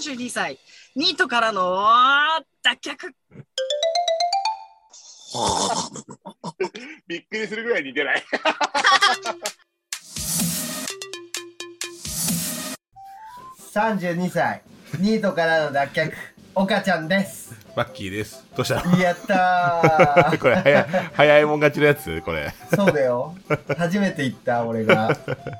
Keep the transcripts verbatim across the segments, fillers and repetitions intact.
んじゅうにさい、ニートからの脱却。 びっくりするぐらい似てない。 さんじゅうにさい、ニートからの脱却、岡ちゃんです。 マッキーです。どうしたの？ やったー。 これ早い、早いもん勝ちのやつこれ。 そうだよ。初めて言った俺が。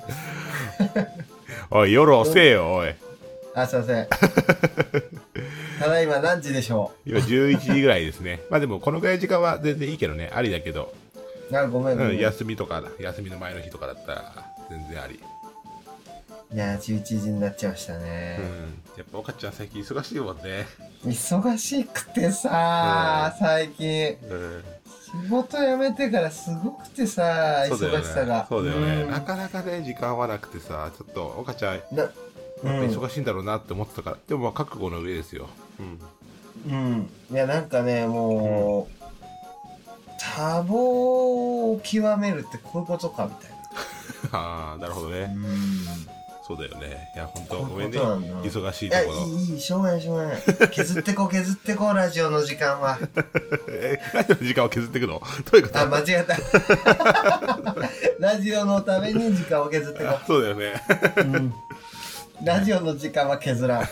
おい、夜遅えよ、おい。 あ、すいません。ただいま何時でしょう？今じゅういちじぐらいですね。まあでもこのぐらい時間は全然いいけどね、ありだけど。 あ、ごめんごめん、 うん、休みとか、休みの前の日とかだったら全然あり。 いやー、じゅういちじになっちゃいましたね。 うん、やっぱ岡ちゃん最近忙しいもんね。 忙しくてさー、うん、最近、うん、仕事辞めてからすごくてさ、忙しさが。 そうだよね、うん、なかなかね時間合わなくてさ、ちょっと岡ちゃんな、うん、忙しいんだろうなって思ってたから、でもまあ覚悟の上ですよ。 うん、うん、いやなんかねもう、うん、多忙を極めるってこういうことかみたいな。ああ、なるほどね。うん、そうだよね。いや本当ごめんね、忙しいところ。 いやいいいい、しょうがないしょうがない。削ってこ削ってこラジオの時間は。 え、ラジオの時間を削っていくの？どういうこと？ あ、間違えた。ラジオのために時間を削ってこ。 そうだよね。 うん、ラジオの時間は削らん。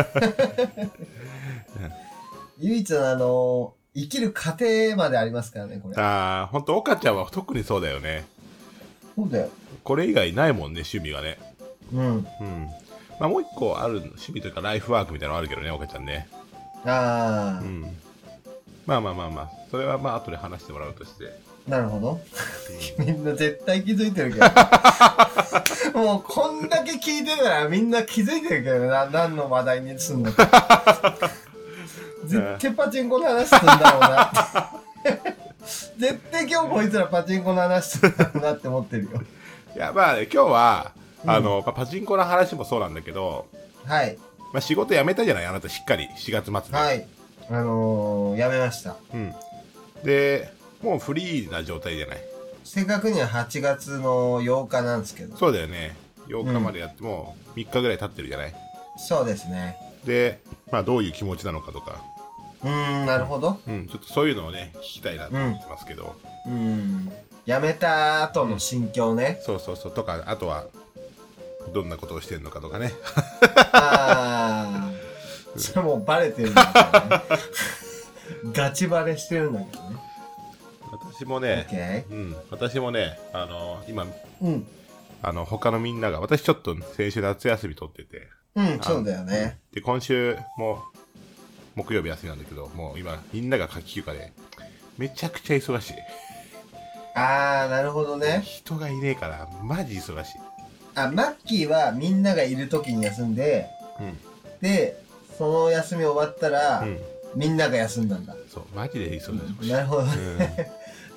唯一のあの生きる過程までありますからね、これ。 ああ、ほんと岡ちゃんは特にそうだよね。 そうだよ。 これ以外ないもんね、趣味がね。 うん。うん。 まあもう一個ある趣味というかライフワークみたいなのあるけどね、岡ちゃんね。 ああ。うん。 まあまあまあまあ、それはまあ後で話してもらうとして。 なるほど。みんな絶対気づいてるけど。もうこんだけ聞いてたらみんな気づいてるけどな、何の話題にすんのか。絶対パチンコの話するんだろうな。絶対今日こいつらパチンコの話するんだろうなって思ってるよ。 いやまあ、ね、今日は、うん、あのパチンコの話もそうなんだけど、 はい。 まあ仕事辞めたじゃない、あなたしっかりしがつ末で。 はい。あのー、辞めました。 うん。で、もうフリーな状態じゃない。 正確にははちがつのようかなんですけど。 そうだよね。ようかまでやってもみっかぐらい経ってるじゃない。 そうですね。 で、まあどういう気持ちなのかとか。 うーん、なるほど。 うん、ちょっとそういうのをね、聞きたいなと思ってますけど。 うん。うん辞めた後の心境ね、 うん、そうそうそう、とかあとはどんなことをしてるのかとかね。 ああ、それもうバレてるんだけどね。ガチバレしてるんだけどね。 私もね、okay. うん、私もね、あの今、うん、あの他のみんなが、私ちょっと先週夏休み取ってて、 うん、そうだよね。 で今週も木曜日休みなんだけど、もう今みんなが夏季休暇でめちゃくちゃ忙しい。 あー、なるほどね。 人がいねえからマジ忙しい。 あ、マッキーはみんながいる時に休んで、うん、でその休み終わったら、うん、みんなが休んだんだ。 そう、マジで忙しい。 なるほどね、うん、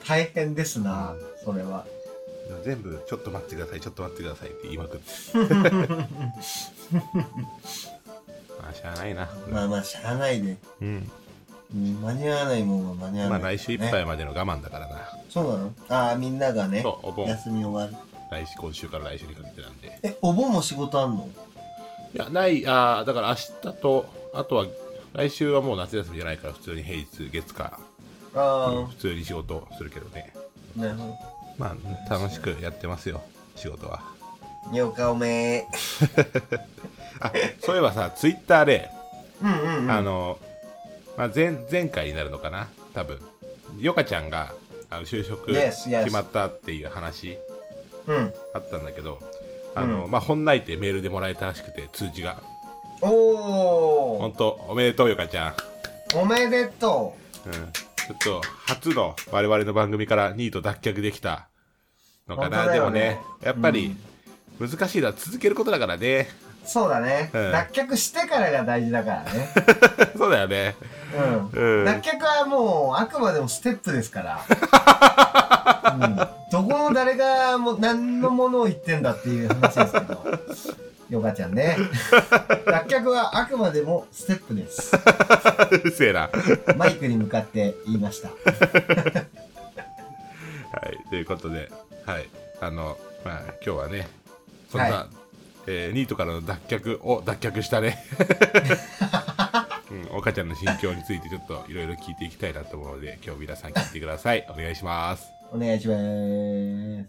大変ですな、うん、それは。 全部ちょっと待ってください、ちょっと待ってくださいって言いまくってまあしゃあないな。 まあまあしゃあないで、うん、間に合わないもんは間に合わない、 ね、まあ来週いっぱいまでの我慢だからな。 そうなの？ああ、みんながね、 そう、お盆休み終わる。 来週、今週から来週にかけてなんで。 え、お盆も仕事あんの？ いや、ない、ああ、だから明日と、あとは来週はもう夏休みじゃないから普通に平日、月火、あ、うん、普通に仕事するけどね。 なるほど。 まあ楽しくやってますよ、仕事は。 よかおめあ、そういえばさ、ツイッターで、 うんうんうん、 あの、まあ、前前回になるのかな、多分ヨカちゃんがあの就職 yes, yes. 決まったっていう話、 うん、 あったんだけど、あの、うん、まあ本内定メールでもらえたらしくて、通知が。 おお、 ほんとおめでとうヨカちゃん。おめでとう。うん、ちょっと初の我々の番組からニート脱却できたのかな、ね、でもね、やっぱり難しいのは続けることだからね。 そうだね、うん、脱却してからが大事だからね。 そうだよね、 うん、うん、脱却はもうあくまでもステップですから、うん、どこの誰がも何のものを言ってんだっていう話ですけど、ヨカちゃんね、脱却はあくまでもステップです。 うるせえな。 マイクに向かって言いました。 はい、ということで、はい、あのまあ今日はね、そんな、はい、 えー、ニートからの脱却を脱却したね。うん、岡ちゃんの心境についてちょっといろいろ聞いていきたいなと思うので、今日皆さん聞いてください。お願いします。 お願いします。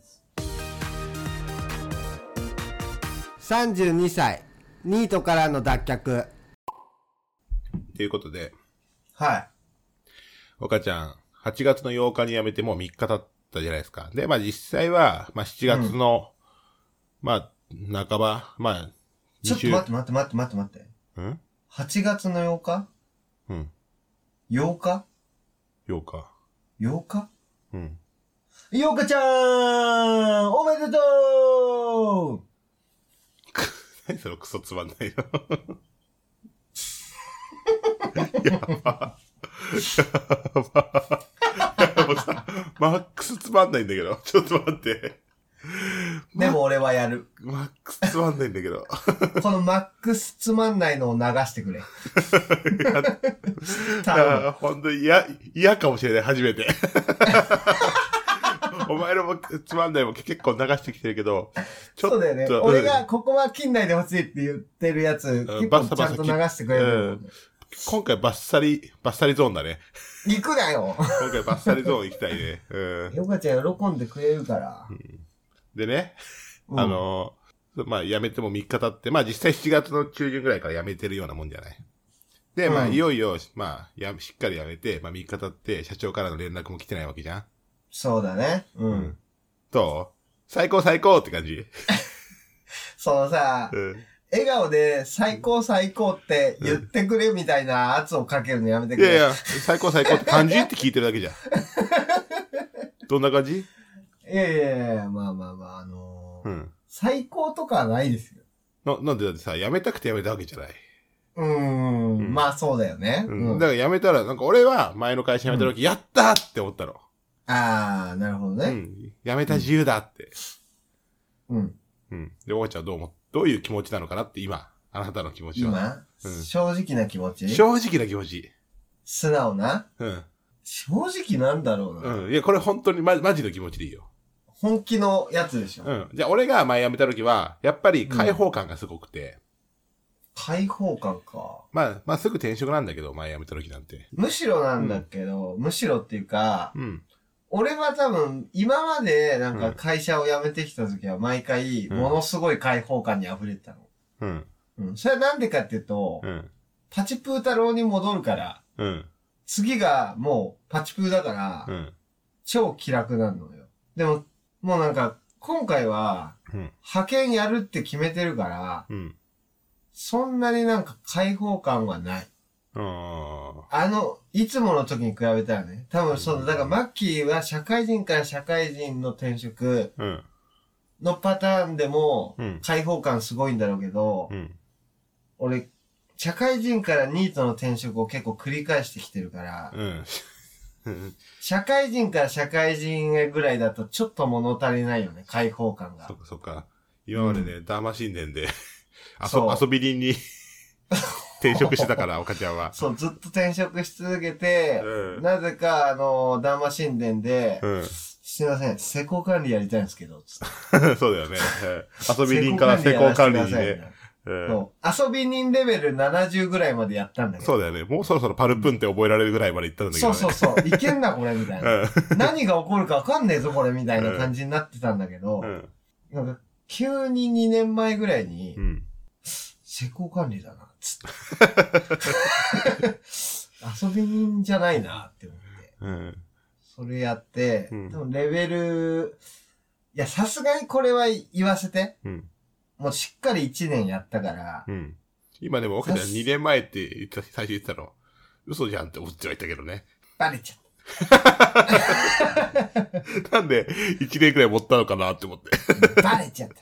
さんじゅうにさい、ニートからの脱却。 ということで、 はい。 岡ちゃん、はちがつのようかに辞めてもうみっか経ったじゃないですか。で、まあ実際は、まあしちがつの、うん、まあ、半ば、まあ、 ちょっと待って待って待って待って待って。 ん ? はち 月のようかうん。 ようか ? ようか。 ようかうん。 ようかちゃーんおめでとう何そのクソつまんないの。やば。やば。もうさ、マックスつまんないんだけど。ちょっと待って。 でも俺はやる。 マックスつまんないんだけど。 このマックスつまんないのを流してくれ。 あほんと嫌、嫌かもしれない、初めて。お前らもつまんないも結構流してきてるけど、 ちょっと。そうだよね。俺がここは切んないでほしいって言ってるやつ、結構ちゃんと流してくれる、うん。 今回バッサリ、バッサリゾーンだね。 行くなよ今回バッサリゾーン行きたいね。 うん。よかちゃん喜んでくれるから。うん、 でね、うん、あのー、まあ、辞めてもみっか経って、まあ実際しちがつの中旬ぐらいから辞めてるようなもんじゃない。で、まあ、いよいよ、まあ、や、しっかり辞めて、まあみっか経って社長からの連絡も来てないわけじゃん。 そうだね。うん。うん、 どう最高最高って感じそのさ、うん、笑顔で最高最高って言ってくれみたいな圧をかけるのやめてくれ。 いやいや、最高最高って感じって聞いてるだけじゃん。どんな感じいやいやいや、まあまあまあ、あのー、うん、最高とかはないですよ。 な、なんでだってさ、辞めたくて辞めたわけじゃない。 うーん、うん、まあそうだよね。 うん。だから辞めたら、なんか俺は前の会社辞めた時、うん、やったーって思ったの。 ああ、なるほどね。うん。 辞めた自由だって。 うん。 うん。で、おばちゃんはどう思どういう気持ちなのかなって今、あなたの気持ちは。 今、うん、正直な気持ち正直な気持ち。 素直なうん。 正直なんだろうな。 うん。いや、これ本当にま、マジの気持ちでいいよ。 本気のやつでしょ。 うん。じゃあ、俺が前辞めた時は、やっぱり解放感がすごくて。うん、 解放感か。 まあ、まあ、すぐ転職なんだけど、前辞めた時なんて。 むしろなんだけど、うん、むしろっていうか、 うん。 俺は多分、今までなんか会社を辞めてきた時は毎回、ものすごい解放感に溢れてたの。 うん。 うん。それはなんでかっていうと、うん。パチプー太郎に戻るから、 うん。 次がもうパチプーだから、うん。超気楽なのよ。でも、もうなんか、今回は、うん。派遣やるって決めてるから、うん。そんなになんか解放感はない。 ああの、いつもの時に比べたらね。多分そう、だからマッキーは社会人から社会人の転職のパターンでも解放感すごいんだろうけど、うん、俺、社会人からニートの転職を結構繰り返してきてるから、うん、社会人から社会人ぐらいだとちょっと物足りないよね、解放感が。 そっかそっか。今までね、うん、ダーマ神殿で遊、遊び人に転職してたから、岡ちゃんは。 そう、ずっと転職し続けて、うん、なぜか、あの、談話神殿で、うん、すいません、施工管理やりたいんですけど、つってそうだよね。遊び人から施工管理にね。 そう。遊び人レベルななじゅうぐらいまでやったんだけど。 そうだよね。もうそろそろパルプンって覚えられるぐらいまで行ったんだけど、ね。 そうそうそう。いけんな、これ、みたいな。うん、何が起こるかわかんねえぞ、これ、みたいな感じになってたんだけど、うん、なんか、急ににねんまえぐらいに、うん、施工管理だな。遊び人じゃないなって思って。うん、それやって、うん、でもレベル、いや、さすがにこれは言わせて。うん、もうしっかりいちねんやったから。 うん、今でも奥ちゃんにねんまえって言った、最初言ってたの、嘘じゃんって思ってはいたけどね。 バレちゃった。 なんでいちねんくらい持ったのかなって思って。 バレちゃった。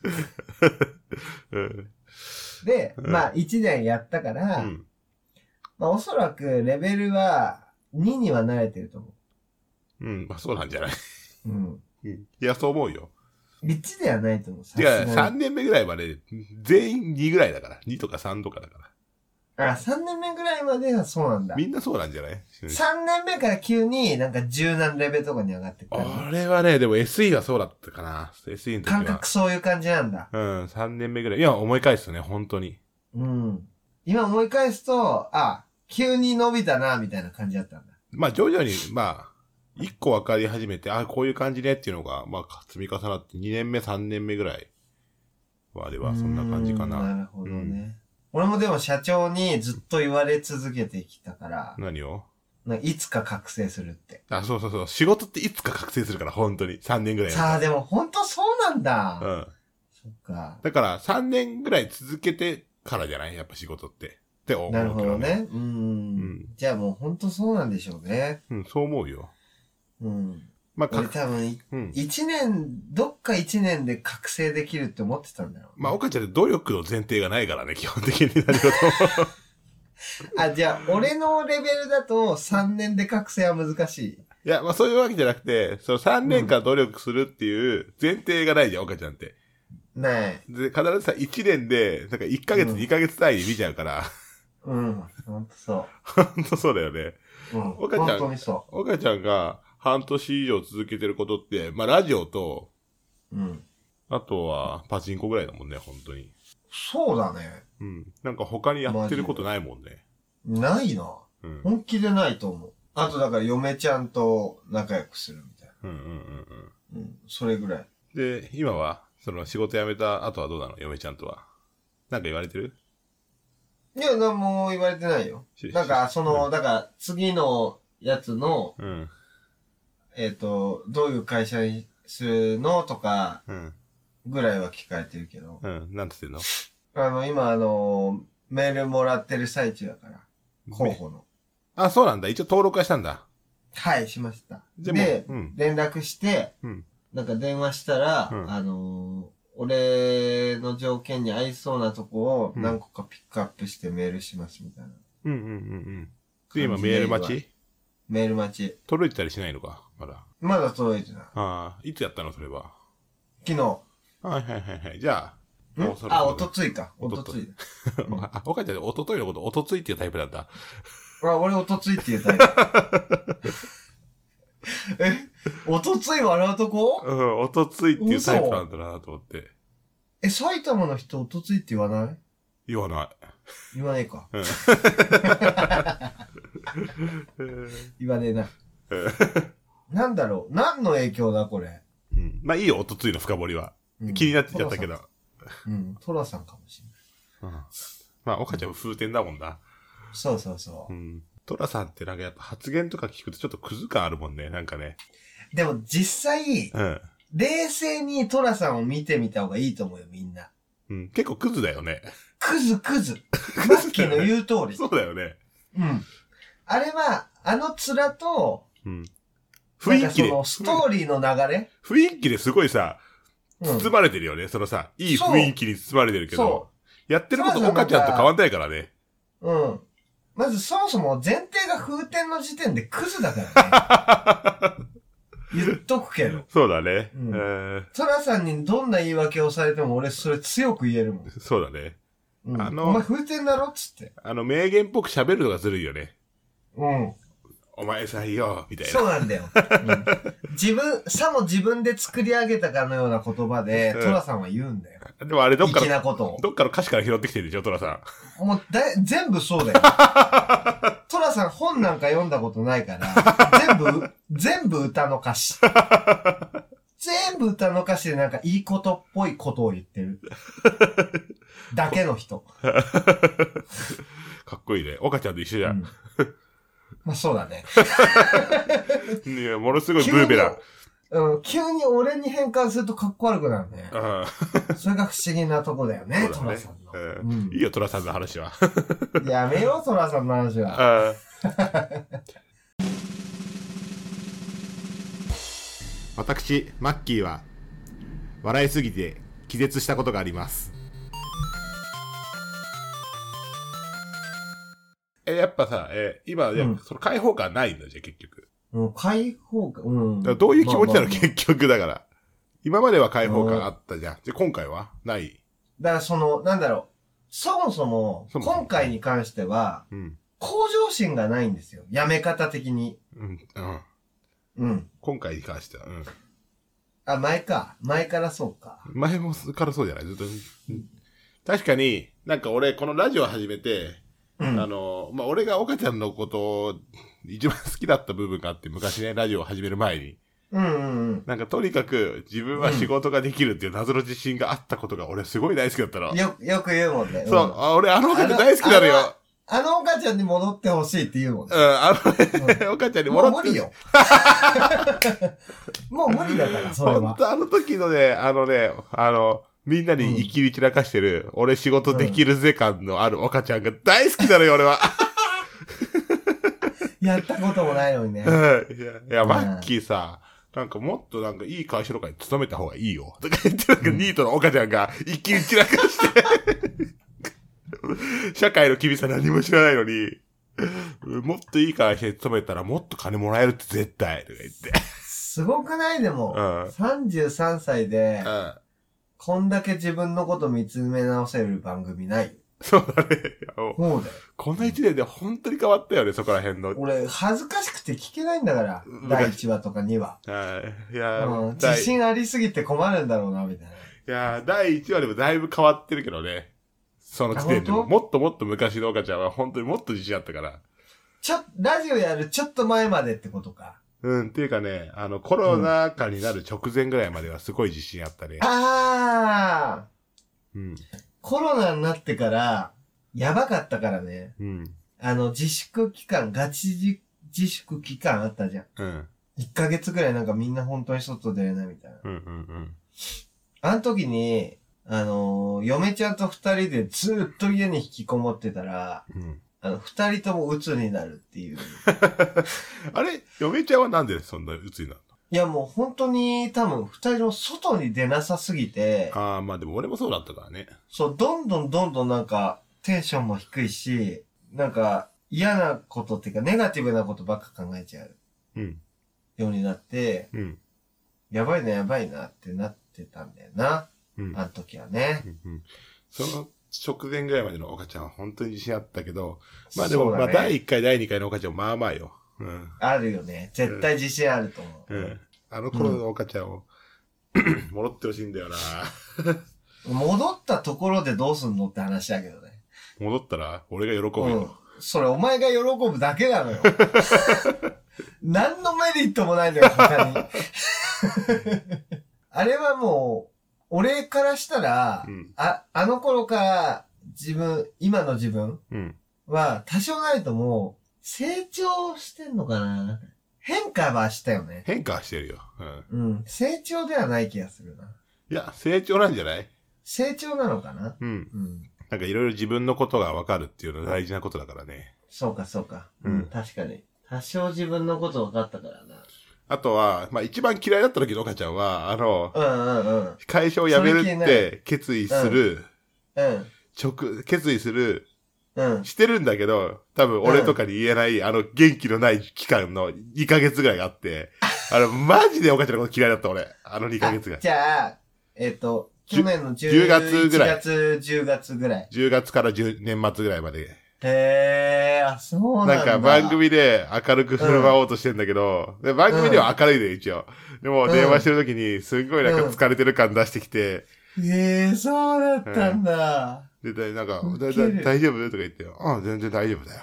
うんで、うん、まあ、いちねんやったから、うん、まあ、おそらくレベルはにには慣れてると思う。うん、まあ、そうなんじゃないうん。うん。いや、そう思うよ。 いちではないと思う。 いや、さんねんめぐらいまで全員にぐらいだから。にとかさんとかだから。 あ、さんねんめぐらいまではそうなんだ。 みんなそうなんじゃない？ さん 年目から急になんか柔軟レベルとかに上がってくる。 あれはね、でも エスイー はそうだったかな。エスイー の時は。 感覚そういう感じなんだ。 うん、さんねんめぐらい。いや、思い返すとね、本当に。 うん。今思い返すと、あ、急に伸びたな、みたいな感じだったんだ。 まあ、徐々に、まあ、一個分かり始めて、あ、こういう感じねっていうのが、まあ、積み重なってにねんめ、さんねんめぐらいは、あれはそんな感じかな。 なるほどね、うん。俺もでも社長にずっと言われ続けてきたから。 何を？ いつか覚醒するって。 あ、そうそうそう。仕事っていつか覚醒するから、本当に。さんねんぐらいやると。 さあ、でも本当そうなんだ。 うん。 そっか。 だから、さんねんぐらい続けてからじゃないやっぱ仕事って。って思うけどね。 なるほどね。うん。うん、じゃあもう本当そうなんでしょうね。 うん、そう思うよ。 うん。 まあ、 俺多分、うん、いちねん、どっかいちねんで覚醒できるって思ってたんだよ。 まあ、岡ちゃんって努力の前提がないからね、基本的に何事も。 あ、じゃあ、俺のレベルだとさんねんで覚醒は難しい。 いや、まあそういうわけじゃなくて、そのさんねんかん努力するっていう前提がないじゃん、岡ちゃんって。 ない。 で、必ずさ、いちねんで、なんかいっかげつ、うん、にかげつ単位で見ちゃうから。 うん、ほんとそう。 ほんとそうだよね。 うん、 岡ちゃん、 本当にそう。 岡ちゃんが半年以上続けてることって、まあラジオと、 うん。 あとはパチンコぐらいだもんね、本当に。 そうだね。 うん。なんか他にやってることないもんね。 ないな。うん。本気でないと思う。あとだから嫁ちゃんと仲良くするみたいな。 うんうんうんうん。 うん。それぐらい。 で、今は、その仕事辞めた後はどうなの？嫁ちゃんとは。なんか言われてる？ いや、なんも言われてないよ。なんか、その、うん、だから次のやつの、 うん、 えっと、どういう会社にするのとか、ぐらいは聞かれてるけど。 うん。なんて言ってんの？ あの、今あの、メールもらってる最中だから。候補の。 あ、そうなんだ。一応登録はしたんだ。 はい、しました。で、うん、連絡して、うん、なんか電話したら、うん、あのー、俺の条件に合いそうなとこを何個かピックアップしてメールしますみたいな。 うんうんうんうん。で、今メール待ち？ メール待ち。 届いてたりしないのかまだ。 まだ届いてない。 ああ、いつやったのそれは。 昨日。 はいはいはいはい。じゃあ。 んあ、おとついか。おとつい。 あ、おかちゃん、おとといのこと、おとついっていうタイプなんだ。 あ、俺おとついっていうタイプ。え、おとつい笑うとこ？ うん、おとついっていうタイプなんだなと思って。 え、埼玉の人おとついって言わない？ 言わない。 言わねえか。うん、言わねえな。なんだろう何の影響だこれ。 うん、まあいいよ、おとついの深掘りは。うん、気になってちゃったけど。 うん、トラさんかもしれない。 うん、まあ、岡ちゃん風天だもんな。 そうそうそう。 うん。トラさんってなんかやっぱ発言とか聞くとちょっとクズ感あるもんね、なんかね。 でも実際、うん、冷静にトラさんを見てみた方がいいと思うよ、みんな。 うん、結構クズだよね。 クズクズ。マッキーの言う通り。 そうだよね。 うん。あれは、あの面と、うん、 雰囲気で。 そのストーリーの流れ雰囲気ですごいさ、包まれてるよね、うん、そのさ、いい雰囲気に包まれてるけど、やってること岡ちゃんと変わんないからね。 うん。まずそもそも前提が風天の時点でクズだからね。言っとくけど。 そうだね。 うん。えー、トラさんにどんな言い訳をされても俺それ強く言えるもん。 そうだね。 うん。あの、お前風天だろっつって。 あの名言っぽく喋るのがずるいよね。 うん。 お前さんよ、みたいな。 そうなんだよ。うん、自分、さも自分で作り上げたかのような言葉で、うん、トラさんは言うんだよ。 でもあれどっかの、 粋なことをどっかの歌詞から拾ってきてるでしょ、トラさん。もうだい、全部そうだよ。トラさん本なんか読んだことないから、全部、全部歌の歌詞。全部歌の歌詞でなんかいいことっぽいことを言ってる。だけの人。 かっこいいね。岡ちゃんと一緒じゃん。うん、 まあそうだね。 いや、ものすごいブーベラン。 うん、急に俺に変換するとかっこ悪くなるね。うん、それが不思議なとこだよね、トラさんの、 うんうん。いいよ、トラさんの話は。 やめよう、トラさんの話は。 私、マッキーは、笑いすぎて気絶したことがあります。え、やっぱさ、え、今、うん、その解放感ないんだじゃ、結局。 うん、解放感、うん。 だからどういう気持ちなの、まあまあ、結局だから。今までは解放感あったじゃん。じゃ、今回はない。 だからその、なんだろう。 そもそも、 そもそも今回に関しては、 うん。 向上心がないんですよ。やめ方的に。 うん。うん。 うん。 今回に関しては。うん。 あ、前か。前からそうか。 前もからそうじゃないずっと。確かに、なんか俺、このラジオ始めて、 うん、 あの、まあ、俺が岡ちゃんのことを一番好きだった部分があって、昔ね、ラジオを始める前に。 うんうんうん。 なんかとにかく自分は仕事ができるっていう謎の自信があったことが俺すごい大好きだったの。 よ、よく言うもんね。 そう、 うん、 あ俺あの岡ちゃん大好きなのよ。 あの岡ちゃんに戻ってほしいって言うもんね。 うん、あのね、岡ちゃんに戻って。 もう無理よ。もう無理だから、それは。 本当あの時のね、あのね、あの、みんなに生きり散らかしてる、うん、俺仕事できるぜ感のある岡ちゃんが大好きなのよ、俺は。 やったこともないのにね。 うん、いや、いや、マッキーさ、なんかもっとなんかいい会社とかに勤めた方がいいよ。とか言ってなんかニートの岡ちゃんが生きり散らかして、社会の厳しさ何も知らないのに、もっといい会社に勤めたらもっと金もらえるって絶対。とか言って。 すごくないでも、うん、さんじゅうさんさいで、うん、こんだけ自分のこと見つめ直せる番組ない。 そうだね。 そうだよ。 この一年で本当に変わったよね、そこら辺の。 俺、恥ずかしくて聞けないんだから。だいいちわとかにわ。 はい。いや、 うん、自信ありすぎて困るんだろうな、みたいな。いや、だいいちわでもだいぶ変わってるけどね。その時点でも。もっともっと昔の岡ちゃんは本当にもっと自信あったから。 ちょ、ラジオやるちょっと前までってことか。 うん、っていうかね、あの、コロナ禍になる直前ぐらいまではすごい自信あったね。 うん、あー。うん。 コロナになってから、やばかったからね。 うん。 あの、自粛期間、ガチ自自粛期間あったじゃん。 うん。 いっかげつぐらいなんかみんな本当に外出れないみたいな。 うんうんうん。 あの時に、あのー、嫁ちゃんと二人でずーっと家に引きこもってたら、うん、あの、二人とも鬱になるっていう。 あれ嫁ちゃんはなんでそんな鬱になるの？ いやもう本当に多分二人とも外に出なさすぎて。 ああ、まあでも俺もそうだったからね。 そう、どんどんどんどんなんか、テンションも低いし、なんか嫌なことっていうかネガティブなことばっか考えちゃう。 うん。 ようになって、 うん。 やばいなやばいなってなってたんだよな。うん。あの時はね。 うんうん。その直前ぐらいまでの岡ちゃんは本当に自信あったけど、まあでも、ね、まあだいいっかいだいにかいの岡ちゃんもまあまあよ。うん。 あるよね。絶対自信あると思う。 うん。うん、あの頃の岡ちゃんを、うん、戻ってほしいんだよな。 戻ったところでどうすんのって話だけどね。 戻ったら俺が喜ぶよ、うん。 それお前が喜ぶだけなのよ。何のメリットもないのよ、他に。あれはもう、俺からしたら、うん、あ、あの頃から自分、今の自分は多少ないともう成長してんのかな。変化はしたよね。 変化はしてるよ。 うん。うん。成長ではない気がするな。 いや、成長なんじゃない？ 成長なのかな？ うん。うん。なんかいろいろ自分のことが分かるっていうのは大事なことだからね。 そうかそうか。うん。うん、確かに。多少自分のこと分かったからな。 あとは、まあ一番嫌いだった時の岡ちゃんは、あの、 うんうんうん。 会社を辞めるって決意する、 うん。うん、 直、決意する、 うん。 してるんだけど、多分俺とかに言えない、うん、あの元気のない期間のにかげつぐらいがあって、あの、マジで岡ちゃんのこと嫌いだった俺。あのにかげつが。 じゃあ、えっ、ー、と、去年のじゅうがつぐらい。じゅうがつ、じゅうがつぐらい。 じゅうがつからじゅう年末ぐらいまで。 へー、あ、そうなんだ。 なんか番組で明るく振る舞おうとしてんだけど、うん、で番組では明るいで一応。でも電話してる時にすんごいなんか疲れてる感出してきて。 うん、えー、そうだったんだ。 うん、で、なんか、だだ大丈夫とか言って、ああ、全然大丈夫だよ。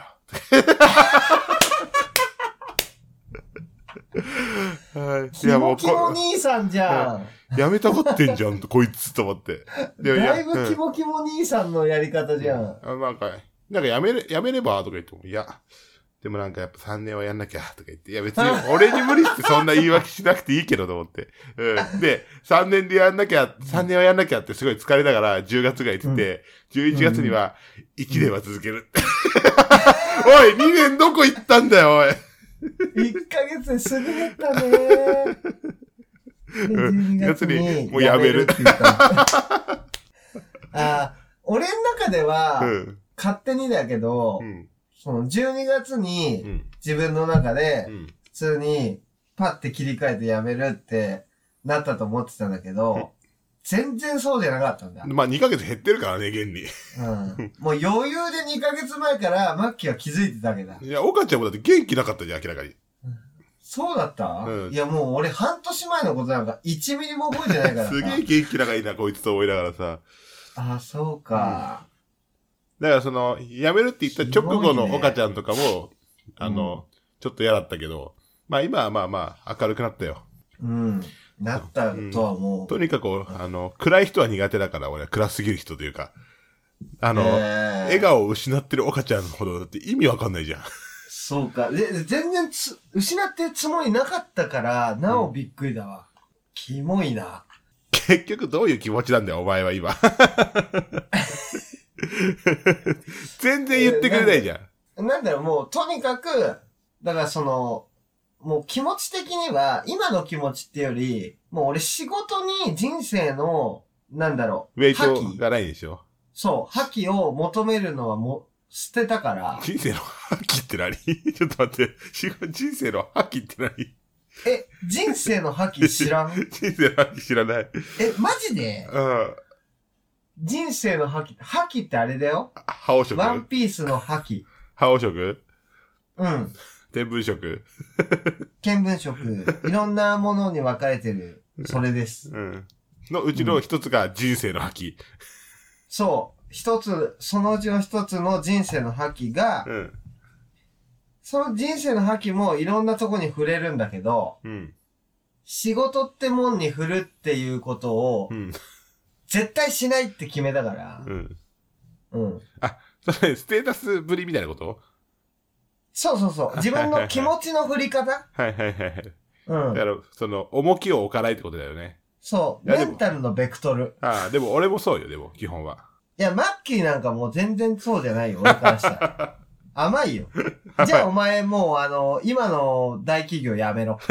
はい。いやもうキモキモ兄さんじゃん。 やめたがってんじゃん、こいつと思って。 だいぶキモキモ兄さんのやり方じゃん。 うん、なんか、なんかやめれ、やめればとか言っても、いや、でもなんかやっぱさんねんはやんなきゃとか言って、いや別に俺に無理してそんな言い訳しなくていいけどと思って。うん。で、さんねんでやんなきゃ、さんねんはやんなきゃってすごい疲れながらじゅうがつが言ってて、うん、じゅういちがつにはいちねんは続ける。おい、にねんどこ行ったんだよ、おい。 いっかげつですぐ減ったねー。じゅうにがつにもうやめるって言った。あ、俺の中では、うん、勝手にだけど、うん、そのじゅうにがつに自分の中で普通にパッて切り替えてやめるってなったと思ってたんだけど、うん、 全然そうじゃなかったんだ。 まあにかげつ減ってるからね、現に。 うん。もう余裕でにかげつまえからマッキーは気づいてたわけだ。 いや、岡ちゃんもだって元気なかったじゃん、明らかに。 そうだった、 うん、 いやもう俺半年前のことなんかいちミリも覚えてないからさ。 すげえ元気仲いいな、こいつと思いながらさ。 ああ、そうか、 うん。だからその、辞めるって言った直後の岡ちゃんとかも、ね、あの、うん、ちょっと嫌だったけど、まあ今はまあまあ明るくなったよ。 うん。なったとは思う。 うん、とにかく、あの、暗い人は苦手だから、俺は暗すぎる人というか、あの、笑顔を失ってる岡ちゃんほどだって意味わかんないじゃん。 そうか。で、全然つ、失ってるつもりなかったから、なおびっくりだわ。うん、キモいな。 結局どういう気持ちなんだよ、お前は今。全然言ってくれないじゃん。 えー、なんだ、なんだろう、もう、とにかく、だからその、もう気持ち的には、今の気持ちってより、もう俺仕事に人生の、なんだろう。 ウェイトがないでしょ。 そう、覇気を求めるのはもう、捨てたから。 人生の覇気って何？ちょっと待って。人生の覇気って何？ え、人生の覇気知らん？ 人生の覇気知らない。 え、マジで？ うん。 人生の覇気、覇気ってあれだよ。 覇王色？ ワンピースの覇気。 覇王色？ うん。 天文色？ 見聞色。いろんなものに分かれてる。それです。 うん。のうちの一つが人生の覇気。うん、 そう。一つ、そのうちの一つの人生の覇気が、うん、その人生の覇気もいろんなとこに触れるんだけど、うん、仕事ってもんに振るっていうことを、うん、絶対しないって決めたから、うん。うん。 あ、それ、ステータスぶりみたいなこと？ そうそうそう。自分の気持ちの振り方はいはいはいはい。うん。だから、その、重きを置かないってことだよね。 そう。メンタルのベクトル。 ああ、でも俺もそうよ、でも、基本は。 いや、マッキーなんかもう全然そうじゃないよ、俺からしたら。甘いよ。じゃあお前もうあの、今の大企業やめろ。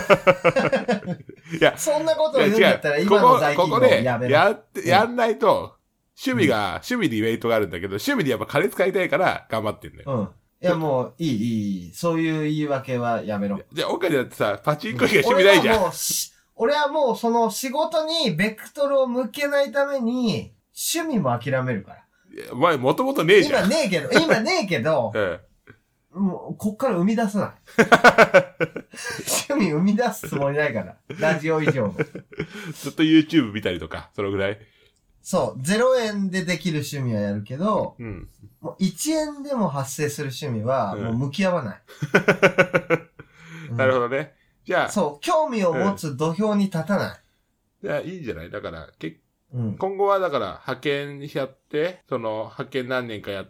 いや、 そんなことを言うんだったら今の大企業やめろ。 やって、やんないと、趣味が、うん、趣味にウェイトがあるんだけど、趣味にやっぱ金使いたいから頑張ってんだよ。 うん。いやもう、いい、いい、いい。そういう言い訳はやめろ。 じゃあ、岡ちゃんだってさ、パチンコ以外趣味ないじゃん。 俺はもう、俺はもうその仕事にベクトルを向けないために、趣味も諦めるから。 いや、お前もともとねえじゃん。今ねえけど、今ねえけど、ええ、もう、こっから生み出さない。趣味生み出すつもりないから。ラジオ以上の。 ずっと YouTube 見たりとか、そのぐらい。 そう。ゼロえんでできる趣味はやるけど、うん、もういちえんでも発生する趣味は、もう向き合わない。 うん、なるほどね。じゃあ。 そう。興味を持つ土俵に立たない。 じゃあ、いいんじゃない？だから、結うん、今後はだから派遣やって、その派遣何年かやって、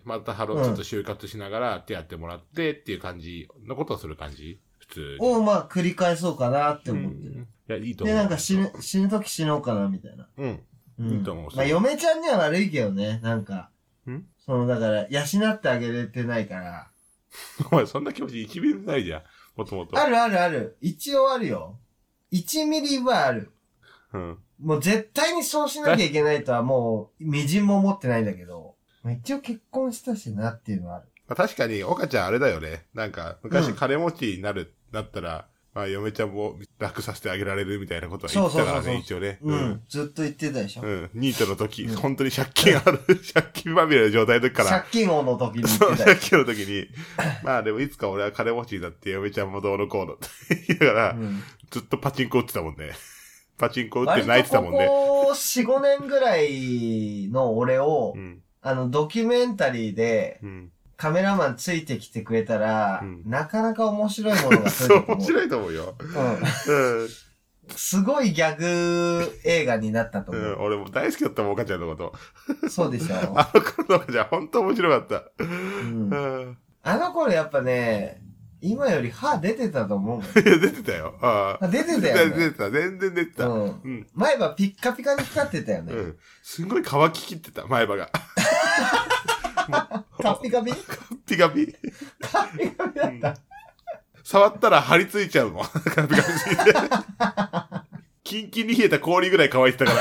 またハローちょっと就活しながら手やってもらってっていう感じのことをする感じ？普通に。 をまあ繰り返そうかなって思ってる。うん、いや、いいと思う。 で、なんか死ぬ、死ぬ時死のうかなみたいな。うん。うん、いいと思う。まあ嫁ちゃんには悪いけどね、なんか。んその、だから、養ってあげれてないから。 お前そんな気持ち一ミリもないじゃん。もともと。 あるあるある。一応あるよ。いちミリはある。うん。もう絶対にそうしなきゃいけないとはもう、みじんも思ってないんだけど、一応結婚したしなっていうのはある。 まあ、確かに、岡ちゃんあれだよね。なんか、昔金持ちになる、うん、なったら、まあ、嫁ちゃんも楽させてあげられるみたいなことは言ってたからね、そうそうそうそう一応ね。 うん。うん。ずっと言ってたでしょ。 うん。ニートの時、うん、本当に借金ある、借金まみれの状態の時から。 借金王の時に言ってた。そう、借金の時に。まあでもいつか俺は金持ちになって嫁ちゃんもどうのこうのって言いながら、うん、ずっとパチンコ打ってたもんね。パチンコ打って泣いてたもんね。 ここよん、ごねんぐらいの俺を、うん、あの、ドキュメンタリーで、うん、カメラマンついてきてくれたら、うん、なかなか面白いものがそう、面白いと思うよ。 うん。うん、すごいギャグ映画になったと思う。うん、 俺も大好きだったもん、岡ちゃんのこと。 そうでしょ。 あの頃の岡ちゃん、ほんと面白かった。うん。うん、あの頃やっぱね、今より歯出てたと思うもん。いや、出てたよ。ああ。 出てたよね。 出てた。全然出てた。うん。 うん、前歯ピッカピカに光ってたよね。うん。 すごい乾ききってた、前歯が。 カッピカピカッピカピカッピカピだった。うん、 触ったら張り付いちゃうもん。カッピカピすぎて。キンキンに冷えた氷ぐらい乾いてたから。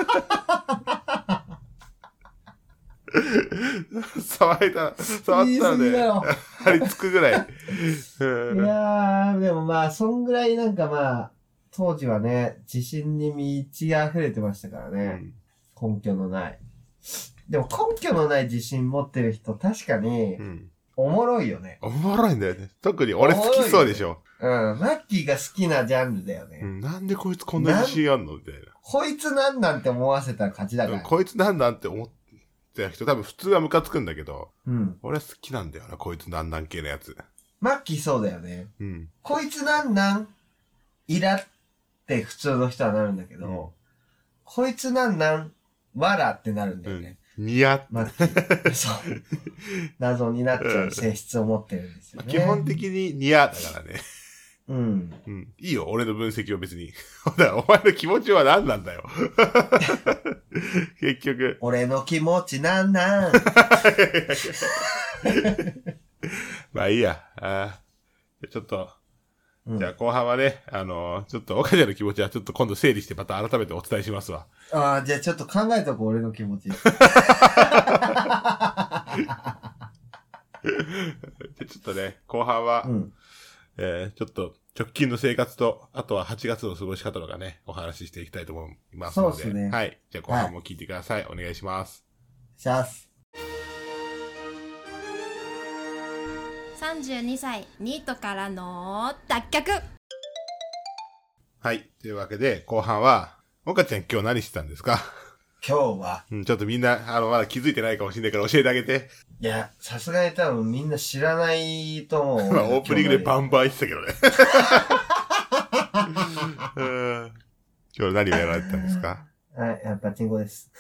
触れた、触ったらね、張り付くぐらい。 いやー、でもまあ、そんぐらいなんかまあ、 当時はね、自信に満ち溢れてましたからうね。 ん。 根拠のない。でも根拠のない自信持ってる人、確かにう、ん。 おもろいよね。 おもろいんだよね。特に俺好きそうでしょ。 うん。マッキーが好きなジャンルだよね。 うん。なんでこいつこんな自信あんのみたいな。 こいつなんなんて思わせたら勝ちだから。 うんこいつなんなんって思ってた人、多分普通はムカつくんだけど、 うん。 俺は好きなんだよな、こいつなんなん系のやつ。 マッキーそうだよね。 うん。 こいつなんなんイラって普通の人はなるんだけど、 うんこいつなんなんわらってなるんだうんよね。。 似合っマッキー。そう。謎になっちゃう性質を持ってるんですよね。 基本的に似合だからね。 うん。 うん。いいよ、俺の分析は別に。だからお前の気持ちは何なんだよ。結局。 俺の気持ちなんなんまあいいや。あーちょっと、 うんじゃあ後半はね、あのーちょっと岡ちゃんの気持ちはちょっと今度整理してまた改めてお伝えしますわ。 ああ、じゃあちょっと考えとこう、俺の気持ち。 でちょっとね、後半は、 うん。 えー、ちょっと直近の生活と、あとははちがつの過ごし方とかね、お話ししていきたいと思いますので。 そうっすねはい。じゃあ後半も聞いてください。お願いします。 シャス。 さんじゅうにさいニートからの脱却。 はい。というわけで、後半は、岡ちゃん今日何してたんですか？ 今日は、 うん、ちょっとみんな、あの、まだ気づいてないかもしれないから教えてあげて。 いや、さすがに多分みんな知らないと思う。 まあ、オープニングでバン。 ンバン言ってたけどね。うん今日何をやられてたんですか？ はい、やっぱチンコです。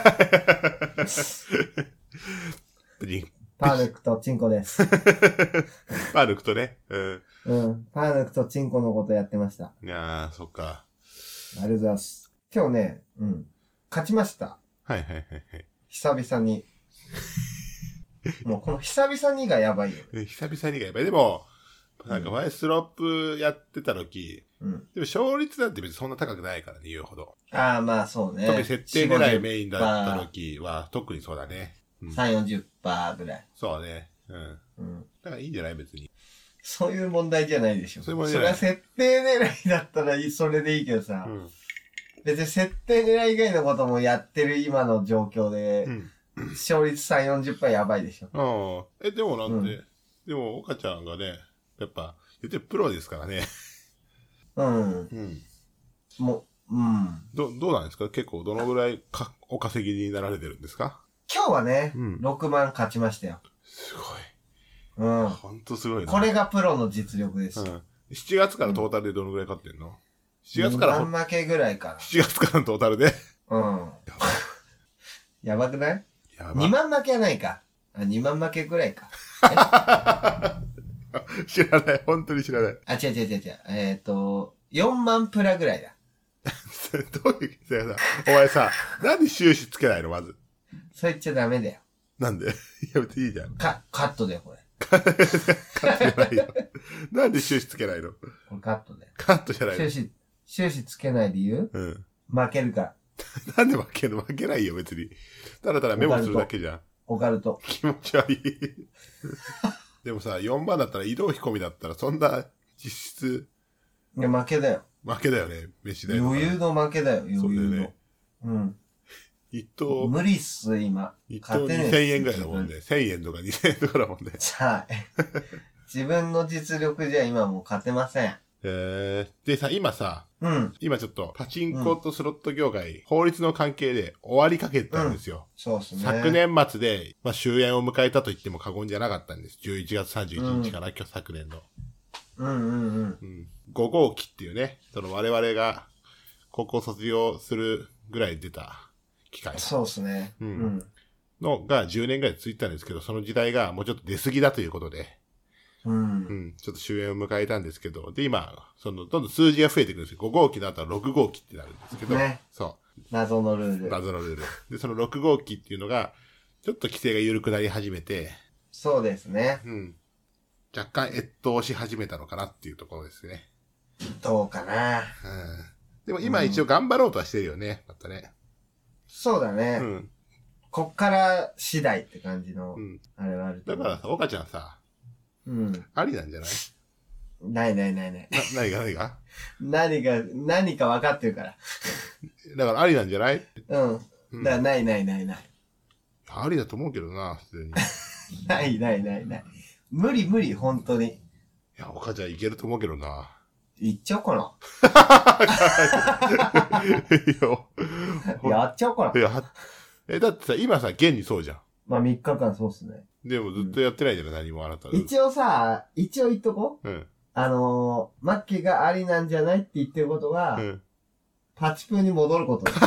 パー抜くとチンコです。 パー抜くとね。うん。 うん。パー抜くとチンコのことやってました。 いやー、そっか。 ありがとうございます。今日ね、うん。勝ちました。 はいはいはいはい。 久々に。もうこの久々にがやばいよ。 え久々にがやっぱり、でも、なんか前スロップやってた時、 うん。 でも勝率なんて別にそんな高くないからね、言うほど。 ああ、まあそうね。 特に設定狙いメインだった時は特にそうだね。うん、 さんじゅう、よんじゅっパーセント ぐらい。 そうね。うん。 うん。 だからいいんじゃない別に。 そういう問題じゃないでしょ。 そういう問題じゃないそれは設定狙いだったらいいそれでいいけどさ、 うん。 別に設定狙い以外のこともやってる今の状況で、 うん。 勝率さんじゅう、よんじゅっパーセント やばいでしょ。 ああ。え、でもなんで、 うんでも、岡ちゃんがね、やっぱ、言ってプロですからね。 うん。 うん。 もう、うん。 ど、どうなんですか結構どのぐらいか、お稼ぎになられてるんですか？ 今日はね、 うんろくまん勝ちましたよ。 すごい。 うん。 ほんとすごいな。 これがプロの実力です。 うん。しちがつからトータルでどのぐらい勝ってんの？ しち 月からほ、 にまん負けぐらいかしちがつからのトータルで。 な。うん。やばくないやば ?に 万負けはないか。あ、にまん負けぐらいか。 知らない。本当に知らない。 あ、違う違う違う違う。えっ、ー、と、よんまんプラぐらいだ。 どういう、さ、お前さ、なんで収支つけないのまず。 そう言っちゃダメだよ。 なんでいや、別にいいじゃん。 カ、カットだよ、これ。 カットじゃないよ。なんで収支つけないのこれカットだよ。 カットじゃないの収支、収支つけない理由うん。 負けるから。 なんで負けるの負けないよ、別に。ただただメモするだけじゃん。 オカルト。 気持ち悪い。でもさ、よんまんだったら移動費込みだったら、そんな実質いや、負けだよ。 負けだよね、飯代とか余裕の負けだよ、余裕そうだよの。 ねうん。 一等、 無理っす、今。 一等勝てねえっすにせんえんぐらいだもんね。せんえんとかにせんえんとかだもんね。 はい。自分の実力じゃ今もう勝てません。 えー、でさ、今さ、 うん。 今ちょっとパチンコとスロット業界、法律の関係で終わりかけてたんですよ。 そうっすね。 昨。年末で、まあ、終焉を迎えたと言っても過言じゃなかったんです。じゅういちがつさんじゅういちにちかな、今日昨年の。 うんうんうん。 うん。ご号機っていうね、その我々が高校卒業するぐらい出た機械そうっすね。 うんうん。 のがじゅうねんぐらい続いてたんですけど、その時代がもうちょっと出過ぎだということで、 うん。 うん、ちょっと終焉を迎えたんですけど、で、今、その、どんどん数字が増えてくるんですよ。ご号機の後はろく号機ってなるんですけど、 ねそ謎のルーう、 ル。 謎のルール。で、そのろく号機っていうのが、ちょっと規制が緩くなり始めて、 そうですね。 うん、若干越冬し始めたのかなっていうところですね。 どうかな。 うん、でも今一応頑張ろうとはしてるよね、またね。 そうだね。 うん。 こっから次第って感じのう、ん。 あれはあると思う。 だからさ、岡ちゃんさ、 うん。 ありなんじゃないないないないない。 な、何が何が何が、何か分かってるから。 だからありなんじゃない？ うん。だからないないないない。 ありだと思うけどな、普通に。 ないないないない。無理無理、本当に。いや、お母ちゃんいけると思うけどな。 行っちゃおうかな。 いや、 やっちゃおうかな。 いや、え、だってさ、今さ、現にそうじゃん。 まあみっかかんそうっすね。 でもずっとやってないじゃない、うん、何もあなた。 一応さ、一応言っとこう。うん。 あのー、マッキーがありなんじゃないって言ってることは、うん、パチプーに戻ることです。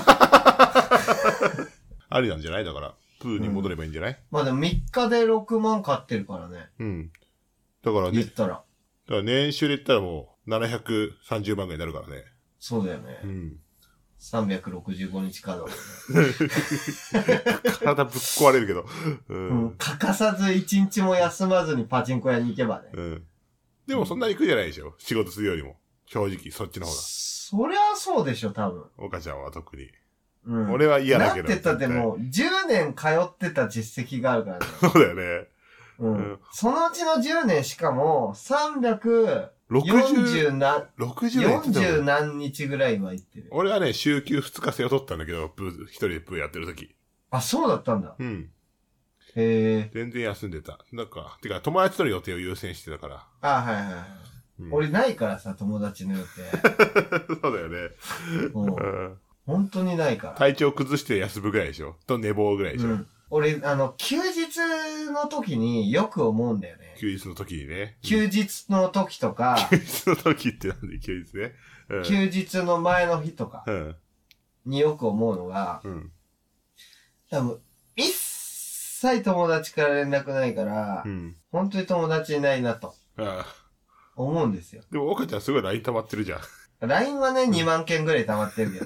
ありなんじゃないだから、プーに戻ればいいんじゃない、うん、 まあでもみっかでろくまん買ってるからね。 うん。だからね。 言ったら。だから年収で言ったらもう、ななひゃくさんじゅうまんぐらいになるからね。 そうだよね。 うん。 さんびゃくろくじゅうごにちかだもんね。 体ぶっ壊れるけど、 うん。うん。欠かさず一日も休まずにパチンコ屋に行けばね。 うん。でもそんなに行くじゃないでしょ。仕事するよりも。正直、そっちの方が。 そりゃそうでしょ、多分。 岡ちゃんは特に。 うん。 俺は嫌だけど。 なんて言ったってもう、じゅうねん通ってた実績があるからね。 そうだよね。 うん。うん、そのうちのじゅうねんしかも、さんびゃくよんじゅう何、 ろくじゅうよんじゅう何日ぐらいは行ってる。 俺はね、週休ふつか制を取ったんだけど、プー、一人でプーやってる時。 あ、そうだったんだ。 うん。 へえ。 全然休んでた。なんか、てか友達との予定を優先してたから。 あ、はいはいはい。うん、俺ないからさ、友達の予定。 そうだよね。 うん。本当にないから。 体調崩して休むぐらいでしょと寝坊ぐらいでしょ、うん、 俺、あの、休日の時によく思うんだよね。 休日の時にね。 休日の時とか。 休日の時ってなんで休日ね、 うん。休日の前の日とか。によく思うのが。うん。多分、一切友達から連絡ないから、うん、本当に友達いないなと。ああ。思うんですよ。 でも、岡ちゃんすごい ライン 溜まってるじゃん。 ライン はね、にまんけんぐらい溜まってるけど。